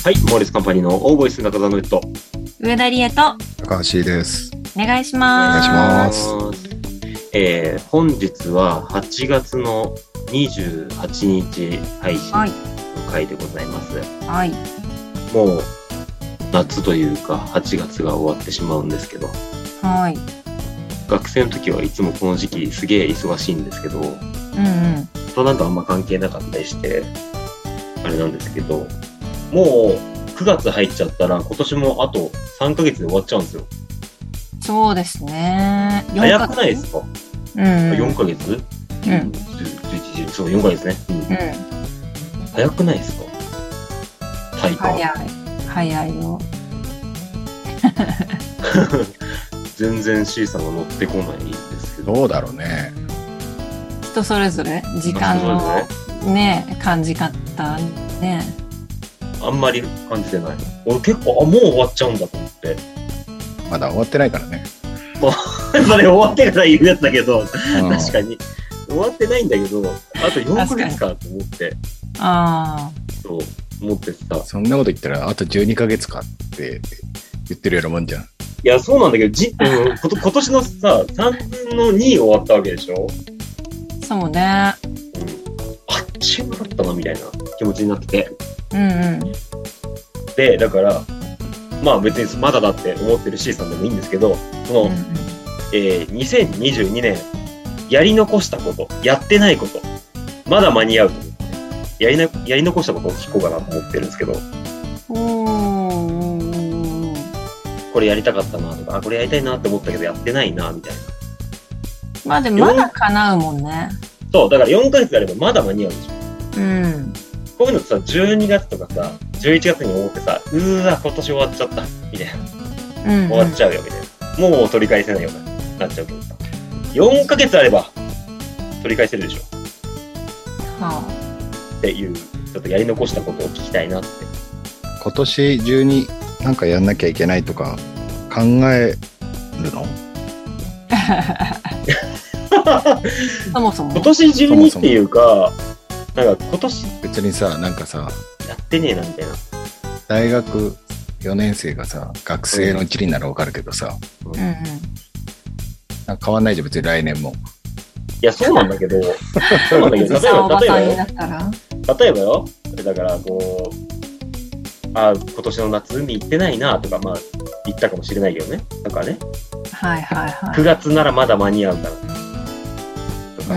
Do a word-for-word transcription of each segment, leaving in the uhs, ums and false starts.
はい、モーリスカンパニーのオーボイス中澤のネット。 上田理恵と高橋です。 お願いします。 お願いします。 えー、本日ははちがつのにじゅうはちにち配信の回でございます。 はい。 もう夏というかはちがつが終わってしまうんですけど。 はい。 学生の時はいつもこの時期すげえ忙しいんですけど、うんうん。 となんとあんま関係なかったりして、あれなんですけど、もうくがつ入っちゃったら今年もあとさんかげつで終わっちゃうんですよ。 そうですね。 早くないですか？ うん、うん。 よんかげつ？うん。じゅういち、じゅうそう、よんかげつね。うん。うん、早くないですか？体感。 早い。早いよ。 全然 C さんが乗ってこないんですけど。 どうだろうね。 人それぞれ時間のね、感じ方ね。 あんまり感じてない。俺結構、あ、もう終わっちゃうんだと思って。 まだ終わってないからね。 まあ、それ終わってから言うやつだけど、確かに。終わってないんだけど、あとよんかげつかと思って。ああ。そう、思ってさ。 そんなこと言ったら、あとじゅうにかげつかって言ってるようなもんじゃん。いや、そうなんだけど、じ、うん、こと今年のさ、さんぶんのに終わったわけでしょ？ そうね。うん。 あっちゅう間だったな、みたいな気持ちになってて。 うんうん。 で、だから、まあ別にまだだって思ってる C さんでもいいんですけど、その、うんうん、えー、にせんにじゅうにねん、やり残したこと、やってないこと、まだ間に合うと思って、やりな、やり残したことを聞こうかなと思ってるんですけど、 おこれやりたかったなとか、あ、これやりたいなって思ったけどやってないな、みたいな。 まあでもまだ叶うもんね。そう、 だからよんかげつあればまだ間に合うでしょ。 うん。 こういうのさ、じゅうにがつとかさ、じゅういちがつに思ってさ、うーわ、今年終わっちゃった、みたいな。うんうん、終わっちゃうよ、みたいな。もう取り返せないようになっちゃうけどさ。よんかげつあれば、取り返せるでしょ。 はあ。っていう、ちょっとやり残したことを聞きたいなって。 今年中になんかやんなきゃいけないとか、考えるの？ そもそも。 今年中にっていうか、なんか今年別にさ、なんかさ、 やってねえなみたいな。 大学よねん生がさ、学生のうちにならわかるけどさ、 うんうん、 なんか変わんないじゃん別に来年も。 いやそうなんだけど、そうなんだけど、例えば例えばよ、例えばよ、だからこう、あ、今年の夏に行ってないなとかまあ言ったかもしれないけどね、だからね。 はいはいはい。 くがつならまだ間に合うから。とか。 うん。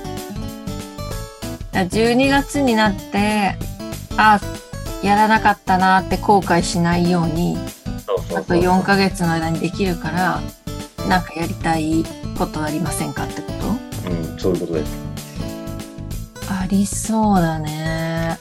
じゅうにがつになって、あ、やらなかったなって後悔しないように、そうそうそうそう、あとよんかげつの間にできるから、なんかやりたいことありませんかってこと？ うん、そういうことです。 ありそうだね。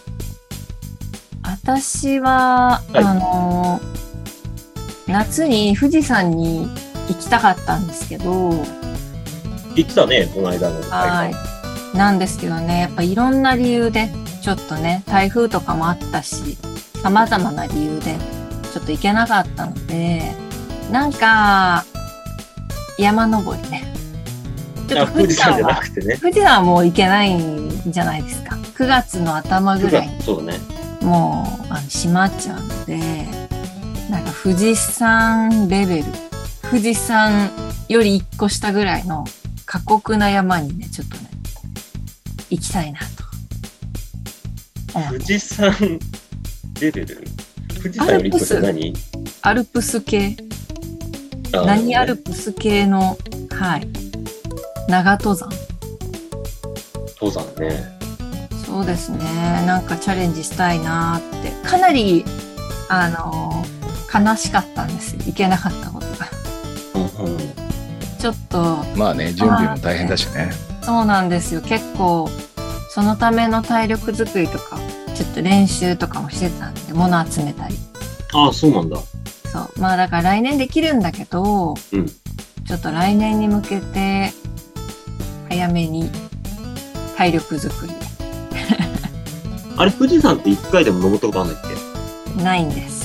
私は、はい、あの、夏に富士山に行きたかったんですけど。 行ってたね、この間の。 はい。なんですけどね、やっぱいろんな理由で、ちょっとね、台風とかもあったし、様々な理由で、ちょっと行けなかったので、なんか、山登りね。 ちょっと富士山じゃなくてね。 富士山はもう行けないんじゃないですか。くがつの頭ぐらいに。 そうね。 もう、あの閉まっちゃうので、なんか富士山レベル、富士山より一個下ぐらいの過酷な山にね、ちょっとね、行きたいなと。 富士山レベル？富士山より一個下何？ アルプス系。何アルプス系の、はい。長登山。 登山ね。 そうですね。なんかチャレンジしたいなって。かなり、あの、悲しかったんですよ。行けなかったことが。 うんうん、 ちょっと。 まあね、準備も大変だしね。 そうなんですよ。結構、そのための体力作りとか、ちょっと練習とかもしてたんで、物集めたり。 ああ、そうなんだ。 そう。まあだから来年できるんだけど、うん、ちょっと来年に向けて、早めに体力作り。 あれ、富士山っていっかいでも登ったことあるんだっけ？ないんです。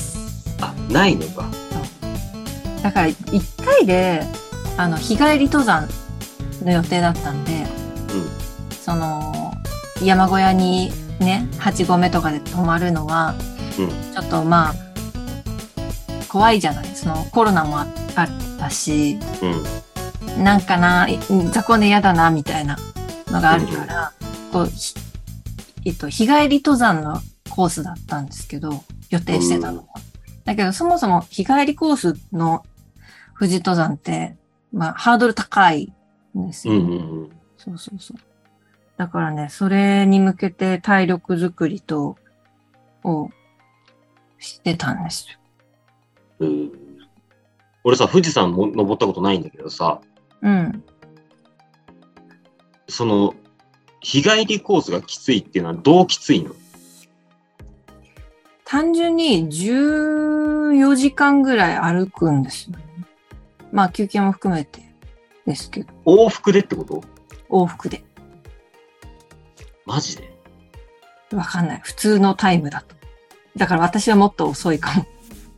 あ、ないのか。 そう。だからいっかいで、あの、日帰り登山の予定だったんで、うん、その、山小屋にね、はち合目とかで泊まるのは、 うん、 ちょっとまあ、怖いじゃない。そのコロナもあったし、 うん、 なんかな、雑魚寝嫌だな、みたいなのがあるから、うん、こう、えっと、日帰り登山のコースだったんですけど、予定してたのは。だけど、そもそも日帰りコースの富士登山って、まあ、ハードル高いんですよ、ね。うんうんうん、そうそうそう。だからね、それに向けて体力づくりと、をしてたんですよ。 うん。俺さ、富士山も登ったことないんだけどさ、 うん。 その、日帰りコースがきついっていうのはどうきついの？ 単純にじゅうよじかんぐらい歩くんですよね。まあ休憩も含めてですけど。 往復でってこと？ 往復で。 マジで？ わかんない。普通のタイムだと。だから私はもっと遅いかも。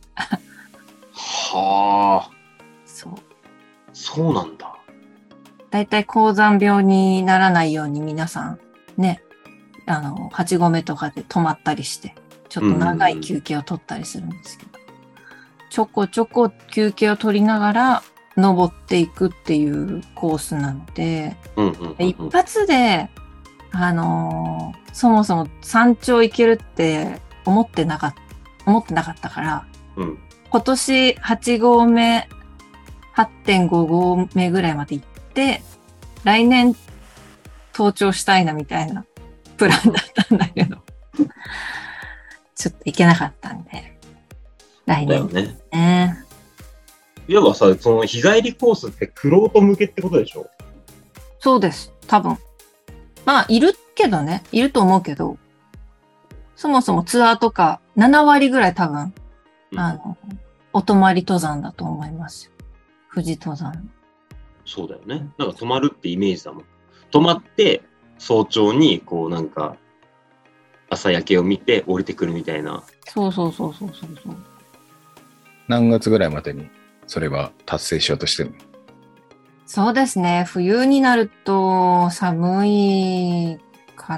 はあ。 そう。 そうなんだ。 だいたい高山病にならないように皆さんね、あの、はち合目とかで止まったりして、ちょっと長い休憩を取ったりするんですけど、ちょこちょこ休憩を取りながら登っていくっていうコースなので、 うんうんうんうん、 一発で、あのー、そもそも山頂行けるって思ってなかった、思ってなかったから、 うん、 今年はち合目、はってんご合目ぐらいまで行って、来年登頂したいなみたいなプランだったんだけど、ちょっと行けなかったんで、来年。 だよね。 ね。 いわばさ、その日帰りコースって玄人向けってことでしょ？ そうです、多分。まあ、いるけどね、いると思うけど、そもそもツアーとかなな割ぐらい多分、うん、あの、お泊まり登山だと思いますよ。富士登山。 そうだよね。なんか泊まるってイメージだもん。泊まって、早朝にこうなんか、朝焼けを見て降りてくるみたいな。 そうそうそうそうそうそう。 何月ぐらいまでにそれは達成しようとしてるの？ そうですね。冬になると寒いから、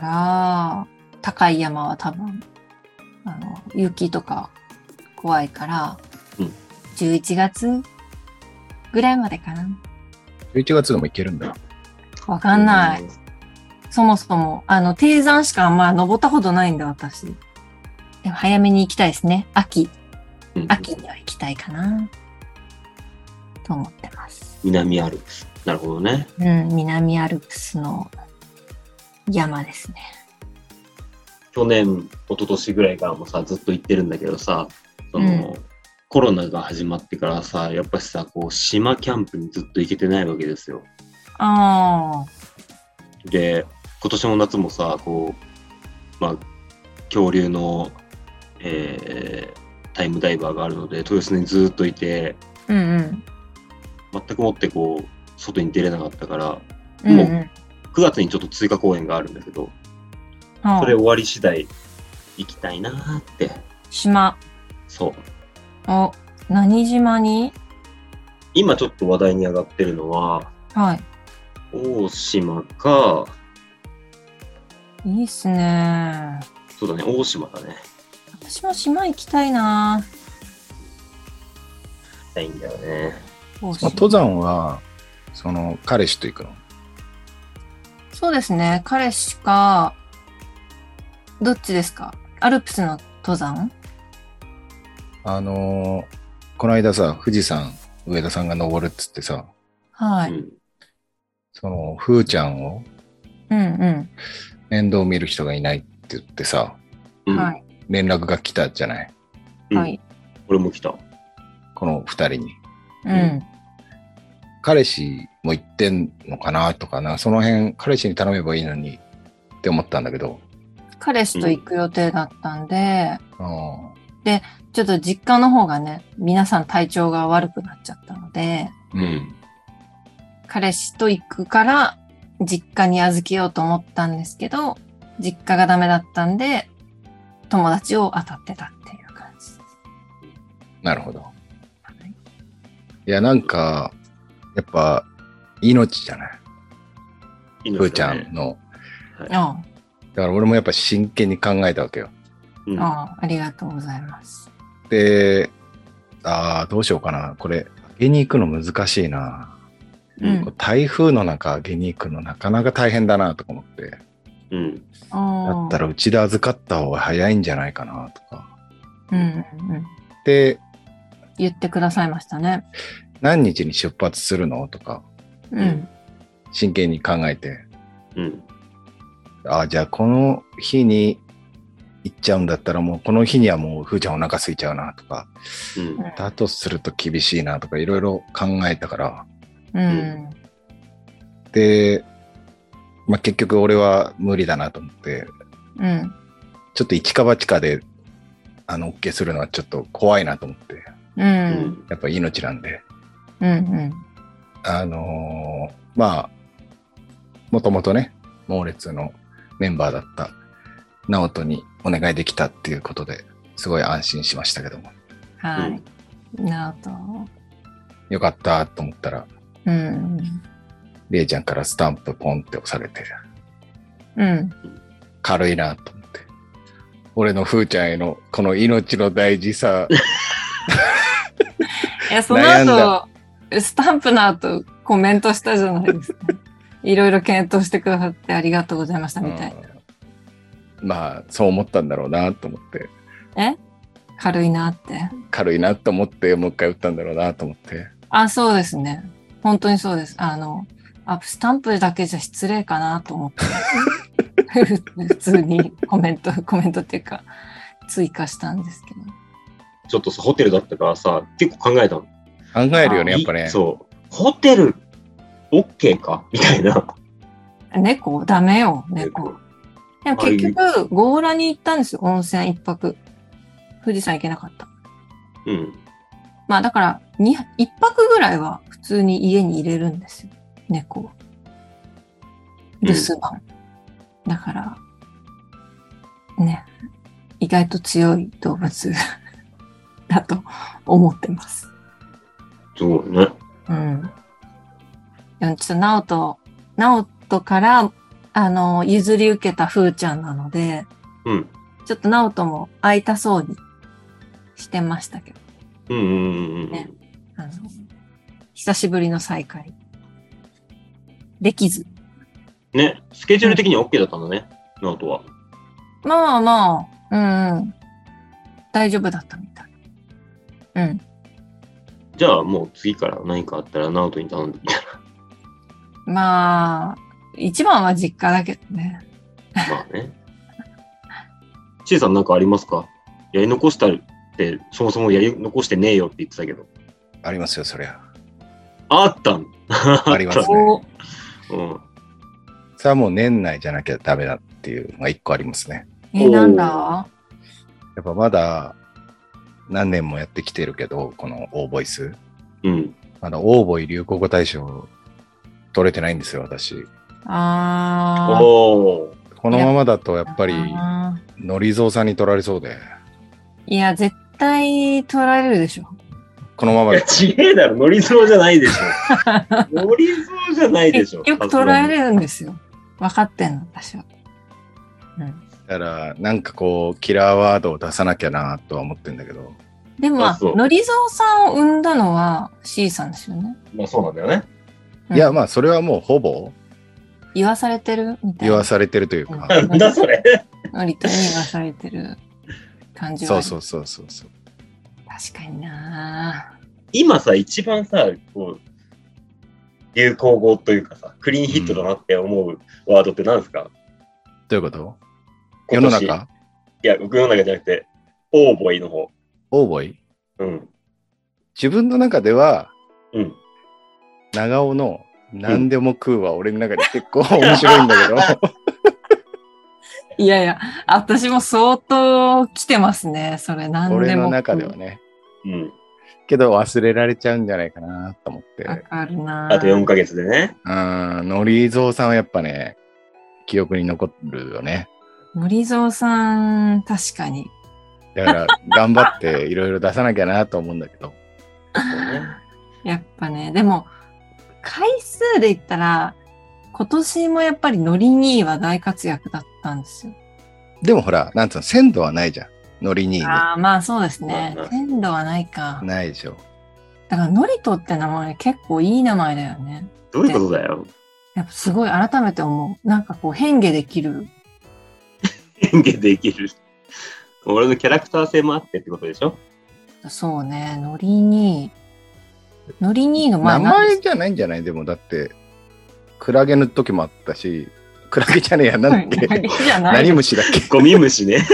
高い山は多分、あの、雪とか怖いから、うん、じゅういちがつぐらいまでかな。じゅういちがつでも行けるんだ。 わかんない。うん、そもそも、あの、低山しかあんま登ったことないんだ、私。でも早めに行きたいですね。秋。うん、秋には行きたいかな。と思ってます。 南アルプス。なるほどね。 うん、南アルプスの山ですね。 去年、一昨年ぐらいからもさ、ずっと行ってるんだけどさ、その、うん、コロナが始まってからさ、やっぱりさ、こう、島キャンプにずっと行けてないわけですよ。 ああ。 で、今年も夏もさ、こう、まあ、恐竜の、えー、タイムダイバーがあるので、豊洲にずっといて、 うんうん、 全くもってこう、外に出れなかったから、うんうん、もうくがつにちょっと追加公演があるんだけど、うん、それ終わり次第行きたいなーって。 島。 そう。 お、何島に？ 今ちょっと話題に上がってるのは、 はい。 大島か、 いいっすね。 そうだね、大島だね。 私も島行きたいな。 行きたいんだよね。 登山は、その、彼氏と行くの？ そうですね、彼氏か、どっちですか？アルプスの登山？ あのー、この間さ、富士山、上田さんが登るっつってさ、 はい。うん、 その、ふーちゃんを、 うんうん。 面倒見る人がいないって言ってさ、 はい。 連絡が来たじゃない？ はい。 俺も来た。 この二人に。 うん。 彼氏も行ってんのかなとかな、その辺、彼氏に頼めばいいのにって思ったんだけど。 彼氏と行く予定だったんで、 うん、 で、ちょっと実家の方がね、皆さん体調が悪くなっちゃったので、 うん、 彼氏と行くから、実家に預けようと思ったんですけど、実家がダメだったんで、友達を当たってたっていう感じです。 なるほど。はい、いや、なんか、やっぱ、命じゃない。ふーちゃんの。 はい、 だから俺もやっぱ真剣に考えたわけよ。 うん、 ああ、ありがとうございます。 で、ああ、どうしようかな。これ、上げに行くの難しいな。 うん。 台風の中、上げに行くのなかなか大変だなとか思って。 うん。 だああ。 ったら、うちで預かった方が早いんじゃないかなとか。 うんうんうん。 で、 言ってくださいましたね。 何日に出発するのとか、 うん。 真剣に考えて。 うん。 ああ、じゃあこの日に行っちゃうんだったらもうこの日にはもうふーちゃんお腹空いちゃうなとか、 うん、 だとすると厳しいなとかいろいろ考えたから、 うん、 で、まあ、結局俺は無理だなと思って、 うん、 ちょっと一か八かであの OK するのはちょっと怖いなと思って、 うん、 やっぱ命なんで、 うん、うん、 あのー、まあもともとね猛烈のメンバーだった直人にお願いできたっていうことですごい安心しましたけども。 はい。直人。 よかったと思ったら、 うん。 りえちゃんからスタンプポンって押されて、 うん。 軽いなと思って。俺のふーちゃんへのこの命の大事さ。 いや、その後、スタンプの後コメントしたじゃないですか。いろいろ検討してくださってありがとうございましたみたいな。まあ、そう思ったんだろうなと思って。 え軽いなって。 軽いなと思って、もう一回打ったんだろうなと思って。 あ、そうですね。本当にそうです。あの、あ、スタンプだけじゃ失礼かなと思って。普通にコメント、コメントっていうか、追加したんですけど。 ちょっとさ、ホテルだったからさ、結構考えたの。考えるよね、やっぱね。 そう。ホテル、OK かみたいな。 猫ダメよ、猫。でも結局、強羅に行ったんですよ、温泉一泊。富士山行けなかった。 うん。 まあだから、に一泊ぐらいは普通に家に入れるんですよ、猫。留守番。うん、だから、ね、意外と強い動物だと思ってます。 そうね。 うん。でもちょっと、ナオト、ナオトから、あの、譲り受けたふーちゃんなので、 うん。 ちょっとナオトも会いたそうにしてましたけど。 うんうんうんうん。 ね。あの、久しぶりの再会。できず。 ね、スケジュール的には OK だったんだね、ナオトは。 まあまあ、うんうん。大丈夫だったみたい。うん。 じゃあもう次から何かあったらナオトに頼んでみたら。 まあ、一番は実家だけどね。 まあね。ちいさんなんかありますか？やり残したって、そもそもやり残してねえよって言ってたけど。 ありますよ、そりゃ。 あったんありますね。 うん。 それはもう年内じゃなきゃダメだっていうのが一個ありますね。 え、なんだ？ やっぱまだ何年もやってきてるけど、このオーボイス。 うん。 まだオーボイ流行語大賞取れてないんですよ、私。 ああ。 おー。 このままだとやっぱり、のりぞうさんに取られそうで。 いや、絶対取られるでしょ。 このままで。ちげえだろ、のりぞうじゃないでしょ。のりぞうじゃないでしょ。 よく取られるんですよ。分かってんの、私は。 うん。だから、なんかこう、キラーワードを出さなきゃなとは思ってんだけど。 でも、のりぞうさんを生んだのは C さんですよね。 まあそうなんだよね。 うん、いや、まあ、それはもうほぼ。 言わされてるみたいな。 言わされてるというか。 なんだそれ。 割と言わされてる感じは。 そうそうそうそう。 確かにな。 今さ、一番さ、こう、流行語というかさ、クリーンヒットだなって思うワードって何ですか？どういうこと？世の中？ いや、僕世の中じゃなくて、オーボイの方。 オーボイ？ うん。 自分の中では、 うん。 長尾の何でも食うは俺の中で結構面白いんだけど。 いやいや、私も相当来てますね、それ何でも。 俺の中ではね。 うん。 けど忘れられちゃうんじゃないかなと思って。 わかるな。 あとよんかげつでね。 うん、のりぞうさんはやっぱね、記憶に残るよね。 のりぞうさん、確かに。 だから頑張っていろいろ出さなきゃなと思うんだけど。 やっぱね、でも、回数で言ったら、今年もやっぱりノリには大活躍だったんですよ。 でもほら、なんつうの、鮮度はないじゃん。 ノリにいいね。 ああ、まあそうですねまあ。な鮮度はないか。 ないでしょ。 だから、ノリトって名前結構いい名前だよね。 どういうことだよ。 やっぱすごい改めて思う。なんかこう変化できる。 変化できる。俺のキャラクター性もあってってことでしょ？ そうね、ノリに、ノリにの前名前じゃないんじゃない？でもだって、クラゲの時もあったし、クラゲじゃねえや、なんだっけ？ じゃない何虫だっけ？ ゴミ虫ね。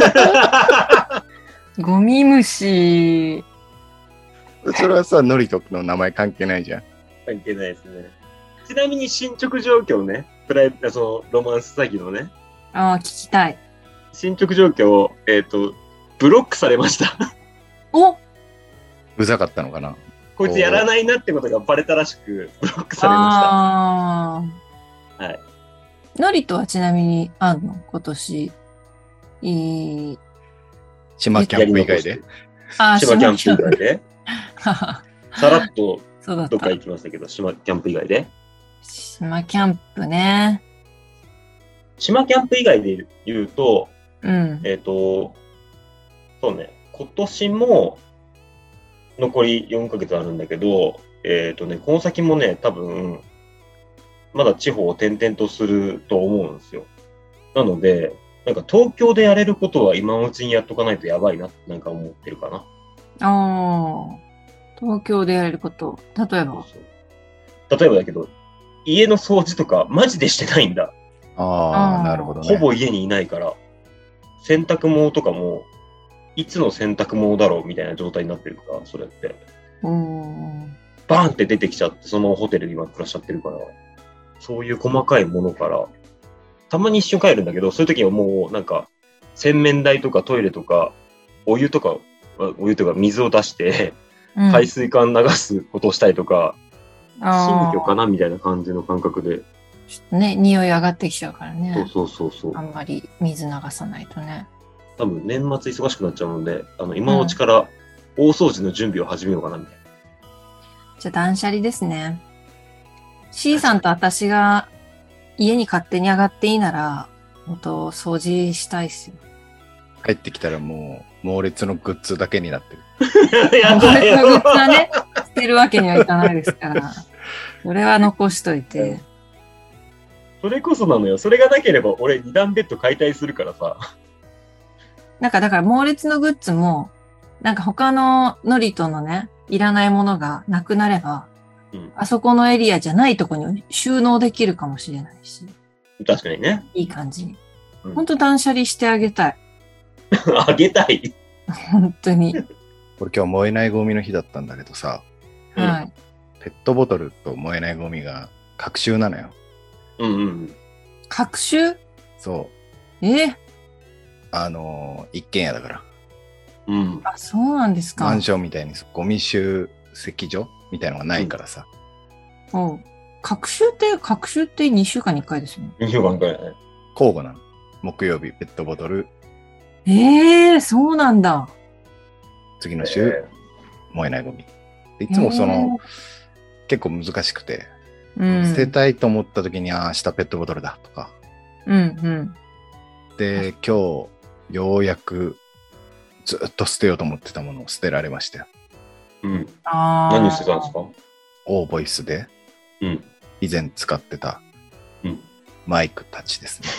ゴミ虫。 それはさ、ノリとの名前関係ないじゃん。 関係ないですね。ちなみに進捗状況ね。プライそのロマンス詐欺のね。 ああ、聞きたい。 進捗状況、えっ、と、ブロックされました。 おうざかったのかな？ こいつやらないなってことがバレたらしく、ブロックされまああ。 はい。 ノリとはちなみにあんの今年。いい。 島キャンプ以外で。 した。 ああ、 島キャンプ以外で。 島さらっとそうだっどっかた。 行きましたけど、島キャンプ以外で。 島キャンプね。 島キャンプ以外で言うと、 うん。 えっ、と、そうね、今年も残りよんかげつあるんだけど、えっ、とね、この先もね、多分、まだ地方を転々とすると思うんですよ。なので、なんか東京でやれることは今のうちにやっとかないとやばいなってなんか思ってるかな。 ああ。東京でやれること。例えば。 そうそう例えばだけど、家の掃除とかマジでしてないんだ。 ああ、 あーなるほどね。 ほぼ家にいないから、洗濯物とかも、いつの洗濯物だろうみたいな状態になってるから、それって。 うーん。 バーンって出てきちゃって、そのままホテルに今暮らしちゃってるから、そういう細かいものから、たまに一瞬帰るんだけど、そういう時はもうなんか、洗面台とかトイレとか、お湯とか、お湯とか水を出して、 うん、 排水管流すことをしたりとか、 あ新居かななみたいな感じの感覚で。 ちょっとね、匂い上がってきちゃうからね。 そうそうそうそうあ。んまり水流さないとね。 多分年末忙しくなっちゃうので、あの、今のうちから大掃除の準備を始めようかなみたいな。 じゃあ断捨離ですね。C さんと私が家に勝手に上がっていいなら、本当掃除したいっすよ。 帰ってきたらもう、猛烈のグッズだけになってる。 やこだれのグッよズはね、捨てるわけにはいかないですから。それは残しといて。 それこそなのよ。それがなければ俺二段ベッド解体するからさ。 なんかだから猛烈のグッズも、なんか他のノリとのね、いらないものがなくなれば、 うん。 あそこのエリアじゃないところに収納できるかもしれないし、 確かにね。 いい感じに。 うんほんと断捨離してあげたい。 あげたい。 本当に。 これ今日燃えないゴミの日だったんだけどさ、 うんはい。 ペットボトルと燃えないゴミが隔週なのよ。 うんうん。 隔週そう。 えあのー一軒家だから。 うん。 あ、そうなんですか。 マンションみたいにゴミ集積所みたいのがないからさ。 おう隔週って、隔週ってにしゅうかんにいっかいですよね。 にしゅうかんくらいね。 交互なの。木曜日ペットボトル、 ええー、そうなんだ。 次の週、燃えないゴミ。でいつもその、結構難しくて、 うん、 捨てたいと思った時に、ああ、明日ペットボトルだとか。 うん、うん。 で、今日、ようやくずっと捨てようと思ってたものを捨てられましたよ。 うん。 ああ。 何してたんですか？ オーボイスで、 うん。 以前使ってたうん。 マイクたちですね。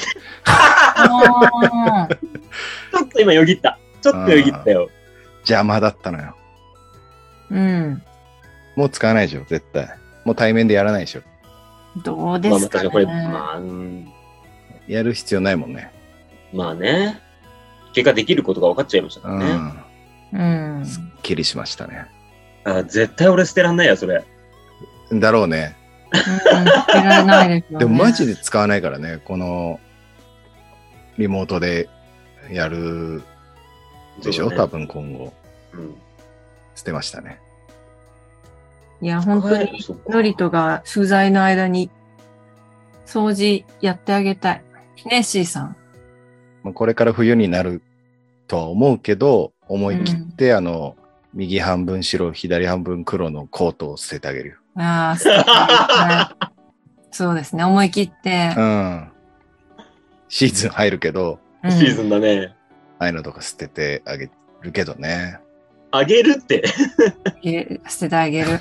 あーちょっと今よぎった。ちょっとよぎったよ。 邪魔だったのよ。 うん。 もう使わないでしょ、絶対。もう対面でやらないでしょ。 どうでまあ、 すかね。 私はこれ、まあ、うん、 やる必要ないもんね。 まあね。結果できることが分かっちゃいましたからね。 うん。 うん。 すっきりしましたね。 あ、絶対俺捨てらんないや、それ。 だろうね。 うん、捨てられないですよね。 でもマジで使わないからね、このリモートでやるでしょ、 そうだね多分今後。 うん。 捨てましたね。 いや、本当に、 そっかノリトが不在の間に掃除やってあげたい。ね、C さん。 まあこれから冬になるとは思うけど、思い切って、あの、右半分白、左半分黒のコートを捨ててあげるよ。 ああ、素敵ですね。そうですね、思い切ってう。ん。シーズン入るけど、 うんシーズンだね。 ああいうのとか捨ててあげるけどね。 あげるって。 え捨ててあげる。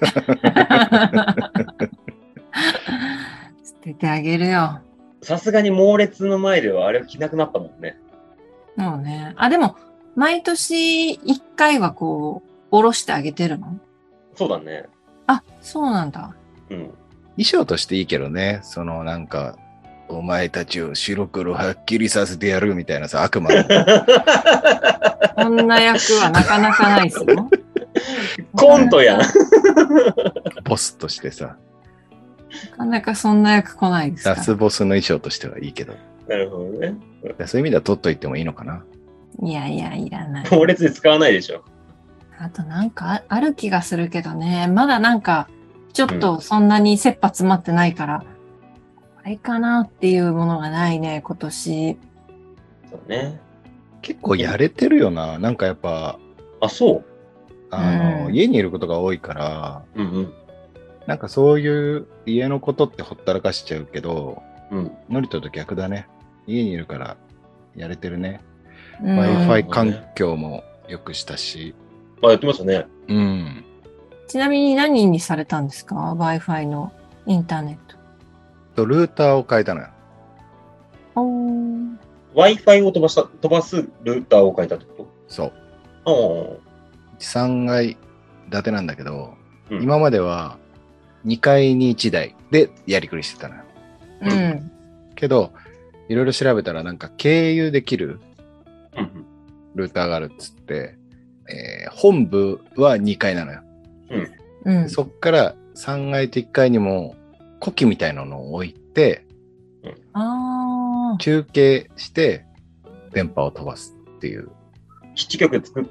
捨ててあげるよ。 さすがに猛烈の前ではあれ着なくなったもんね。 もうね。あ、でも、毎年一回はこう、おろしてあげてるの？ そうだね。 あ、そうなんだ。 うん。 衣装としていいけどね、そのなんか、お前たちを白黒はっきりさせてやるみたいなさ、悪魔のそんな役はなかなかないですよ。 コントやん。 ボスとしてさ、 なかなかそんな役来ないですかラら。 スボスの衣装としてはいいけど、 なるほどね。 そういう意味では取っといてもいいのかな。 いやいや、いらない。 猛烈で使わないでしょ。 あとなんかあある気がするけどね。まだなんか、ちょっとそんなに切羽詰まってないから、これかなっていうものがないね、今年。 そうね。 結構やれてるよな。なんかやっぱ、 あ、そう。 あの、 うん家にいることが多いから、 うんうん。 なんかそういう家のことってほったらかしちゃうけど、 うん。 ノリトと逆だね。家にいるからやれてるね。 うん Wi-Fi 環境も良くしたし。 あ、やってましたね。 うん。 ちなみに何にされたんですか？ Wi-Fi のインターネット。 と、ルーターを変えたのよ。 おー。 Wi-Fi を飛ばした、飛ばすルーターを変えたってこそう。 と？ さんがい建てなんだけど、 うん今まではにかいにいちだいでやりくりしてたのよ。 うん。 けど、いろいろ調べたらなんか経由できるああ。うんルーターがあるっつって、えー本部はにかいなのよ。 うん。 そっからさんがいといっかいにも呼気みたいなのを置いて、 あー。 中継して電波を飛ばすっていう。 基地局作って、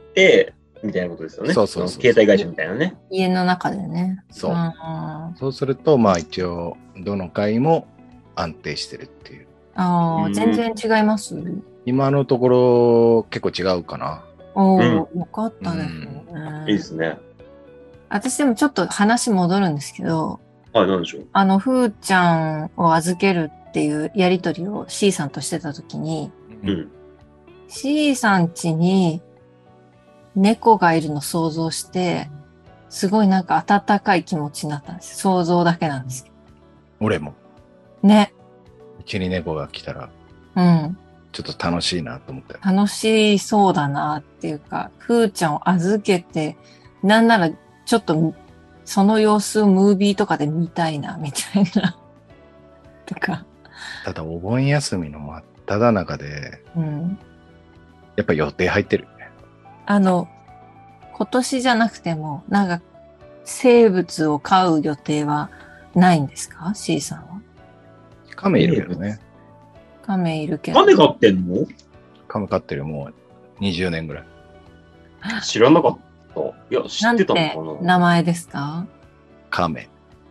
みたいなことですよね。 そうそうそうの携帯会社みたいなね。 家の中でね。 そう。 あーそうすると、まあ一応、どの回も安定してるっていう。 あー、 うん全然違います今のところ結構違うかな。 おー、 うよかったですね。 いいですね。 私でもちょっと話戻るんですけど、 はい、なんでしょう。 あの、ふーちゃんを預けるっていうやりとりを C さんとしてたときに、 うん。 C さん家に猫がいるの想像して、すごいなんか温かい気持ちになったんです。想像だけなんですけ俺も。 ど。ね。 うちに猫が来たら、 うん。 ちょっと楽しいなと思ったよ。 楽しそうだなっていうか、ふーちゃんを預けて、なんならちょっとその様子をムービーとかで見たいな、みたいな。とか。 ただ、お盆休みの真っ只中で、 うん。 やっぱ予定入ってるよね。 あの、今年じゃなくても、なんか、生物を飼う予定はないんですか？ C さんは。 亀いるけどね。 亀いるけど。 亀飼ってんの？ 亀飼ってるよ、もうにじゅうねんぐらい。 知らなかった。いや、知ってなんてたのかな？ 名前ですか？ 亀。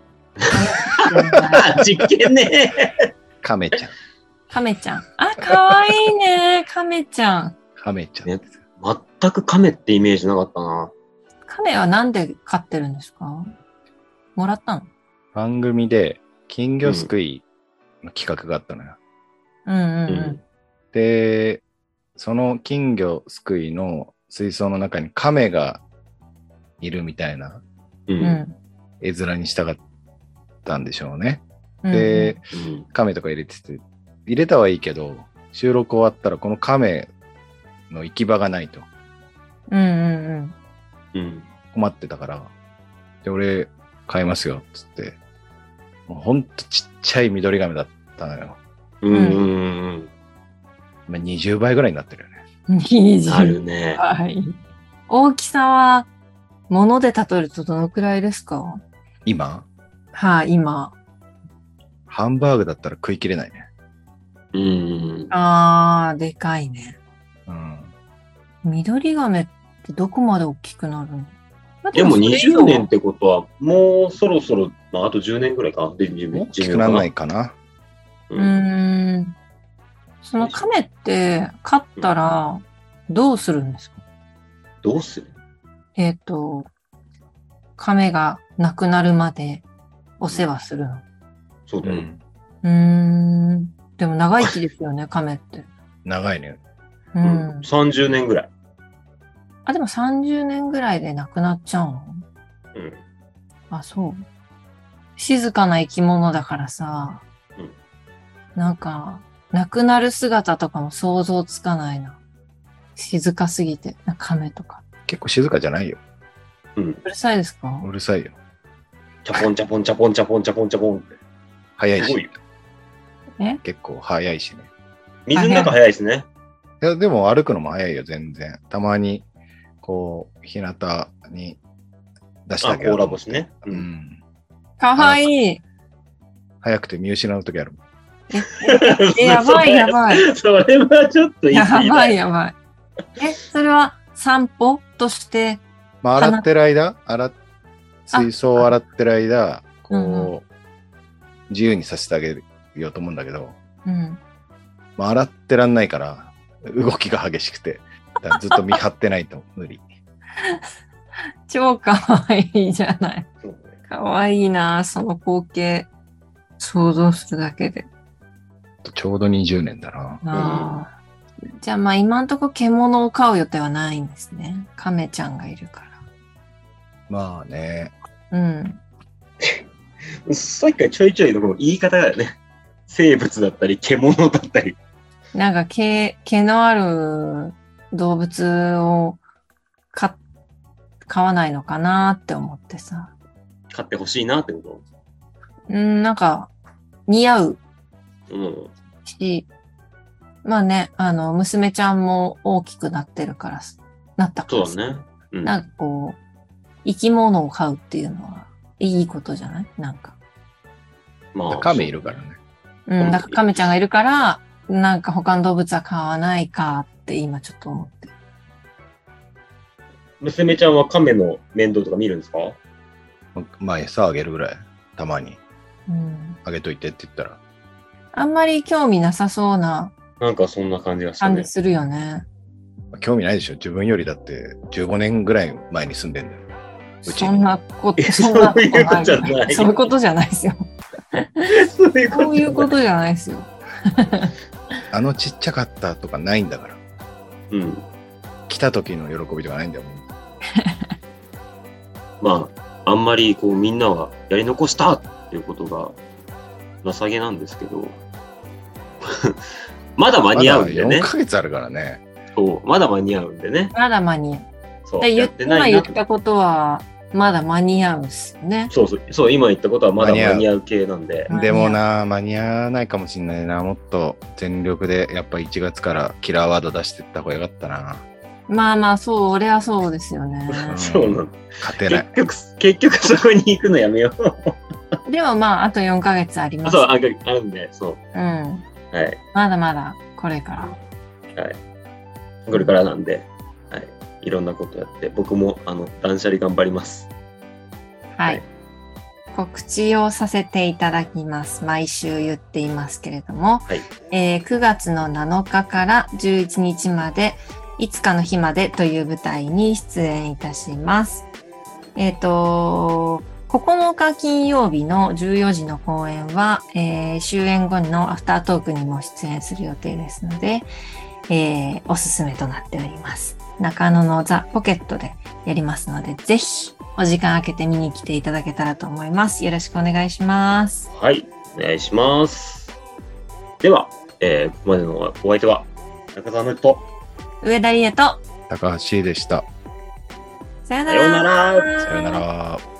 実験ね。 亀ちゃん。 亀ちゃん。あ、かわいいね。亀ちゃん。 亀ちゃん。 ね全く亀ってイメージなかったな。 亀はなんで飼ってるんですか？もらったの？ 番組で金魚すくいの企画があったのよ。 うんうんううん。 ん。 で、その金魚すくいの水槽の中に亀がいるみたいなう。 うんん。 絵面にしたかったんでしょうね。 うんで、 うん。 亀とか入れてて、入れたはいいけど、収録終わったらこの亀の行き場がないとうんうんうん。 困ってたから、で、俺買いますよ、つって、もうほんとちっちゃい緑亀だったのよ。 うん。うん。 まあ、にじゅうばいぐらいになってるよね。 うん。にじゅうあるね。 はい。大きさは、物で例えるとどのくらいですか？ 今、 はい、今。 ハンバーグだったら食い切れないね。 うん。 あー、でかいね。 うん。 緑亀ってどこまで大きくなるの？まあでもそれ以上にじゅうねんってことは、もうそろそろ、まあ、あとじゅうねんぐらいかな。で、寿命大きくならないかな。 うーん。その亀って飼ったらどうするんですか？ どうする？ えっと、亀が亡くなるまでお世話するの。 そうだよ。 うん。 うーん。でも長生きですよね、亀って。 長いね。 ううんん。 さんじゅうねんぐらい。 あ、でもさんじゅうねんぐらいで亡くなっちゃうの？ うん。 あ、そう。静かな生き物だからさ、 うんなんか、亡くなる姿とかも想像つかないな。静かすぎて、なんか亀とか。 結構静かじゃないよ。 うん。 うるさいですか？ うるさいよ。 チャポンチャポンチャポンチャポンチャポンチャポンって。 早いすごいよし。結構早いしね。 水の中早いですね。 いや、でも歩くのも早いよ、全然。たまに、こう、日向に出してあ、 あげようと思って。 甲羅干しね。う。 うんん。 かわいい。 早くて見失うときあるもん。 え、やばいやばい。 それはちょっと言いや過ぎだよばいやばい。え、それは散歩として、 まあ、洗ってる間、洗っ水槽を洗ってる間、こう、 うんう自由にさせてあげようと思うんだけど、 うん。 まあ、洗ってらんないから、動きが激しくて、だからずっと見張ってないと無理。 超かわいいじゃない。 そうねかわいいな、その光景。想像するだけで。 ちょうどにじゅうねんだな。 ああ。じゃあまあ今んとこ獣を飼う予定はないんですね。亀ちゃんがいるかまあね。 ら。うん。 さっきからちょいちょいのこの言い方がね、生物だったり、獣だったり。 なんか毛、毛のある動物を飼、飼わないのかなって思ってさ。 買ってほしいなってこうん、なんか似合うと。うん。 し、まあね、あの、娘ちゃんも大きくなってるから、なったからさそうだね。うん。 なんかこう、生き物を飼うっていうのはいいことじゃない？なんか。 まあ、 亀いるからね。 うん、だから亀ちゃんがいるから、なんか他の動物は飼わないかって今ちょっと思ってる。 娘ちゃんは亀の面倒とか見るんですか？ まあ、餌あげるぐらい、たまに。 うん。 あげといてって言ったら。 あんまり興味なさそうななんかそんな感じがしたね感じ。するよね。 興味ないでしょ。自分よりだってじゅうごねんぐらい前に住んでんだよ。うちにそんなこと、 えそんなことそういうことじゃないそういうことじゃないですよ。 そういうことそういうことじゃないですよ。 あのちっちゃかったとかないんだから。 うん。 来た時の喜びとかないんだよ。 まあ、あんまりこうみんなはやり残したっていうことが情けなんですけど、まだ間に合うんでまだねよん。かげつあるからね。 そう、まだ間に合うんでね。 まだ間に合う。 そう、 で言っやってな今いなと。 言ったことは、まだ間に合うんですよね。 そうそう、そう、今言ったことはまだ間に合う間に合う系なんで。 間に合うでもな、間に合わないかもしんないな。もっと全力で、やっぱいちがつからキラーワード出していった方がよかったな。 まあまあ、そう、俺はそうですよね。 そうなの。 勝てない結。局、結局そこに行くのやめよう。 でもまあ、あとよんかげつあります。 そう、ああるんで、そう。 うん。 はい。 まだまだ、これから。 はい。これからなんで、はい。いろんなことやって、僕も、あの、断捨離頑張ります。 はい。 はい告知をさせていただきます。毎週言っていますけれども、 はい。 えーくがつのなのかからじゅういちにちまで、いつかの日までという舞台に出演いたします。えっ、と、ここのか金曜日のじゅうよじの公演は、えー終演後のアフタートークにも出演する予定ですので、えーおすすめとなっております。中野のザ・ポケットでやりますので、ぜひお時間空けて見に来ていただけたらと思います。よろしくお願いします。 はい。お願いします。では、えーここまでのお相手は、中澤の人。 上田理恵と、 高橋でした。 さよなさようなら。 ら。 さよなら。